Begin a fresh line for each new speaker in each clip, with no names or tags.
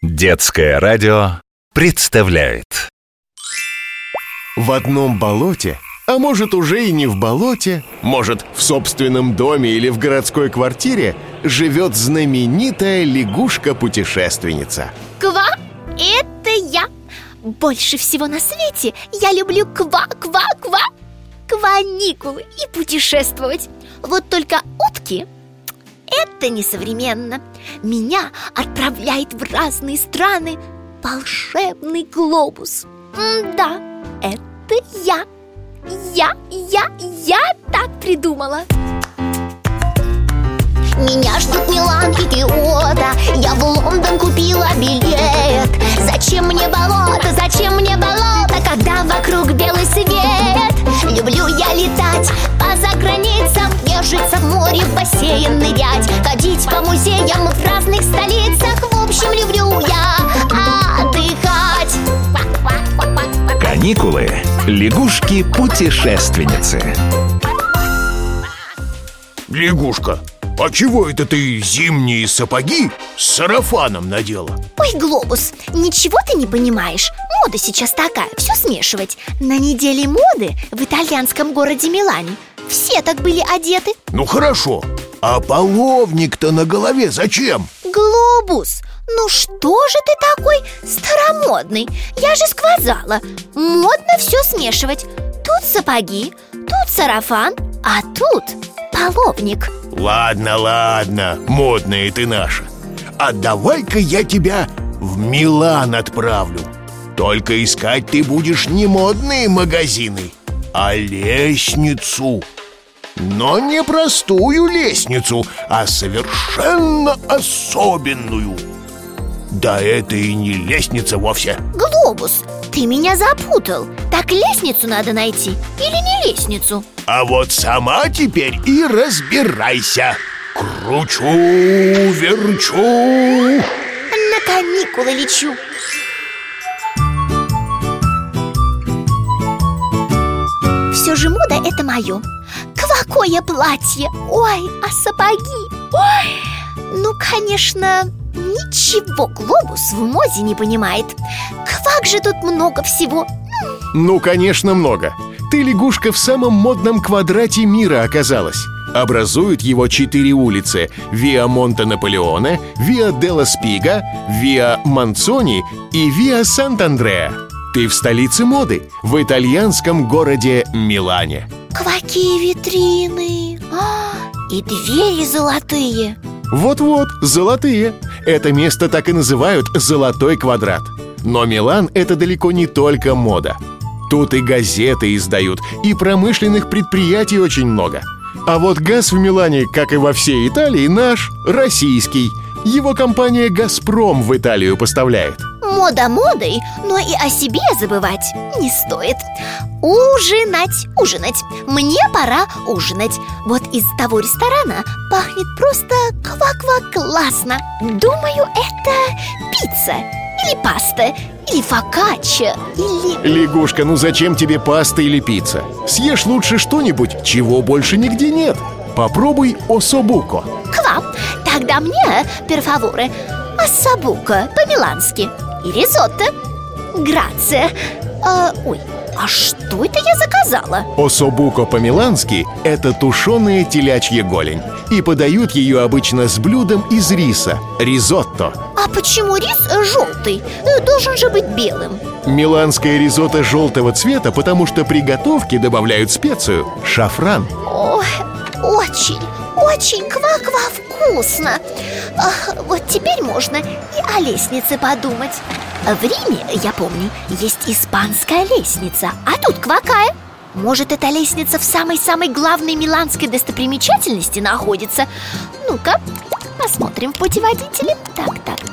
Детское радио представляет.
В одном болоте, а может уже и не в болоте, может в собственном доме или в городской квартире, живет знаменитая лягушка-путешественница.
Ква, это я! Больше всего на свете я люблю ква-ква-ква, каникулы и путешествовать. Вот только утки — это несовременно. Меня отправляет в разные страны волшебный глобус. Да, это я. Я так придумала.
Меня ждут Милан и Киото. Я в Лондон купила билет. Зачем мне болото, когда вокруг белый свет? Люблю я летать по заграницам, нежиться в море, в бассейн нырять, ходить по музеям в разных столицах. В общем, люблю я отдыхать.
Каникулы. Лягушки-путешественницы.
Лягушка, а чего это ты зимние сапоги с сарафаном надела?
Ой, глобус, ничего ты не понимаешь. Мода сейчас такая, все смешивать. На неделе моды в итальянском городе Милане все так были одеты.
Ну хорошо, а половник-то на голове зачем?
Глобус, ну что же ты такой старомодный? Я же сказала, модно все смешивать. Тут сапоги, тут сарафан, а тут половник.
Ладно, модная ты наша. А давай-ка я тебя в Милан отправлю. Только искать ты будешь не модные магазины, а лестницу. Но не простую лестницу, а совершенно особенную. Да это и не лестница вовсе.
Глобус, ты меня запутал. Так лестницу надо найти или не лестницу?
А вот сама теперь и разбирайся. Кручу, верчу.
На каникулы лечу. Все же мода — это мое. Какое платье! Ой, а сапоги! Ой, ну, конечно, ничего глобус в моде не понимает. Как же тут много всего!
Ну, конечно, много. Ты, лягушка, в самом модном квадрате мира оказалась. Образуют его 4 улицы: Виа Монте-Наполеоне, Виа Делла Спига, Виа Манцони и Виа Сант-Андреа. Ты в столице моды, в итальянском городе Милане.
Какие витрины! И двери золотые.
Вот-вот, золотые. Это место так и называют «Золотой квадрат». Но Милан — это далеко не только мода. Тут и газеты издают, и промышленных предприятий очень много. А вот газ в Милане, как и во всей Италии, наш, российский. Его компания «Газпром» в Италию поставляет.
Мода модой, но и о себе забывать не стоит. Ужинать. Мне пора ужинать. Вот из того ресторана пахнет просто ква-ква классно. Думаю, это пицца или паста, или фокаччо, или...
Лягушка, ну зачем тебе паста или пицца? Съешь лучше что-нибудь, чего больше нигде нет. Попробуй особуко.
Ква, тогда мне, перфаворе, оссобуко по-милански и ризотто. Грация. Ой, а что это я заказала?
Особуко по-милански – это тушеная телячья голень. И подают ее обычно с блюдом из риса – ризотто.
А почему рис желтый? Должен же быть белым.
Миланское ризотто желтого цвета, потому что при готовке добавляют специю – шафран.
Ой, очень ква-ква вкусно. Вот теперь можно и о лестнице подумать. В Риме, я помню, есть испанская лестница. А тут какая? Может, эта лестница в самой-самой главной миланской достопримечательности находится? Ну-ка, посмотрим в путеводителе. Так.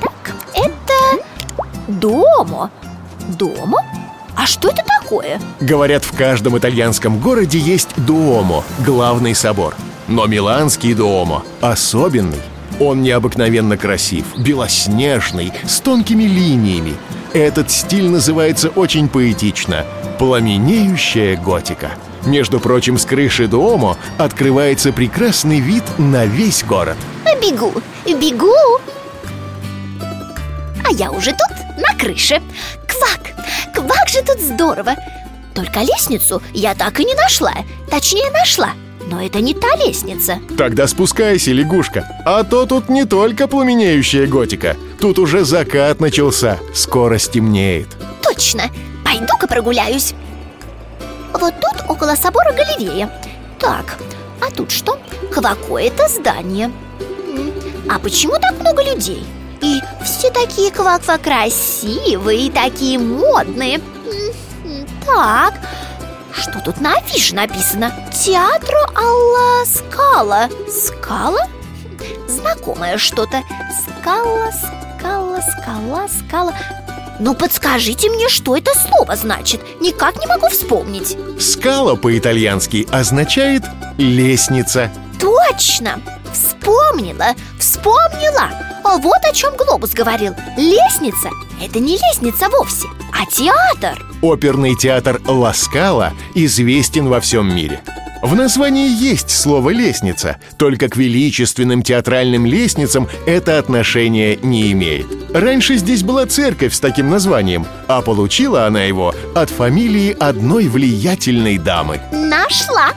Это Дуомо. Дуомо? А что это такое?
Говорят, в каждом итальянском городе есть Дуомо, главный собор. Но миланский Дуомо особенный. Он необыкновенно красив, белоснежный, с тонкими линиями. Этот стиль называется очень поэтично – пламенеющая готика. Между прочим, с крыши Дуомо открывается прекрасный вид на весь город.
Бегу. а я уже тут, на крыше. Квак, квак же тут здорово. Только лестницу я так и не нашла. Точнее, нашла, но это не та лестница.
Тогда спускайся, лягушка. А то тут не только пламенеющая готика. Тут уже закат начался, скоро стемнеет.
Точно, пойду-ка прогуляюсь. Вот тут около собора галерея. Так, а тут что? Какое-то здание. А почему так много людей? И все такие кваква красивые и такие модные. Так, что тут на афише написано? Театро Алла Скала. Скала? Знакомое что-то. Скала, скала, скала, скала. Ну подскажите мне, что это слово значит? Никак не могу вспомнить.
Скала по-итальянски означает лестница.
Точно! Вспомнила! А вот о чем Глобус говорил. Лестница – это не лестница вовсе, а театр.
Оперный театр Ла Скала известен во всем мире. В названии есть слово «лестница», только к величественным театральным лестницам это отношение не имеет. Раньше здесь была церковь с таким названием, а получила она его от фамилии одной влиятельной дамы.
Нашла!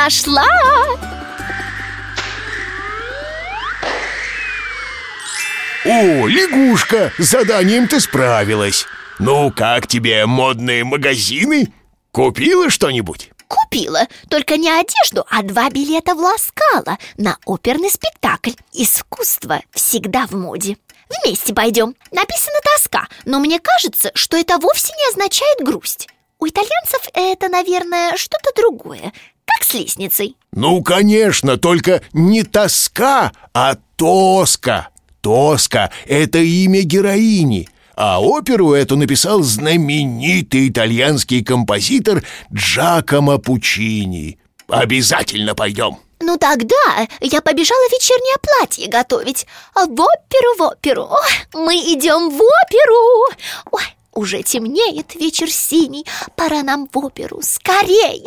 О, лягушка, с заданием ты справилась. Ну, как тебе модные магазины? Купила что-нибудь?
Купила, только не одежду, а 2 билета в Ла Скала на оперный спектакль. Искусство всегда в моде. Вместе пойдем. Написано «тоска», но мне кажется, что это вовсе не означает грусть. У итальянцев это, наверное, что-то другое, как с лестницей.
Ну, конечно, только не тоска, а Тоска. Тоска – это имя героини. А оперу эту написал знаменитый итальянский композитор Джакомо Пуччини. Обязательно пойдем.
Ну тогда я побежала вечернее платье готовить. В оперу. Мы идем в оперу. Ой, уже темнеет, вечер синий. Пора нам в оперу, скорей.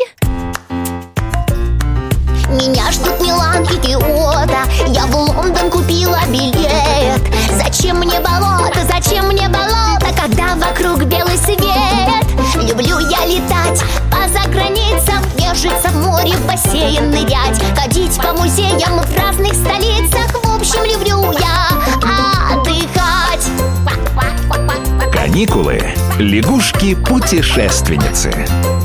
Меня ждут Милан и Киото. Я в Лондон купила билет. Зачем мне болото, когда вокруг белый свет? Люблю я летать по заграницам, вешаться в море, в бассейн нырять, ходить по музеям в разных столицах. В общем, люблю я отдыхать.
Каникулы. Лягушки-путешественницы.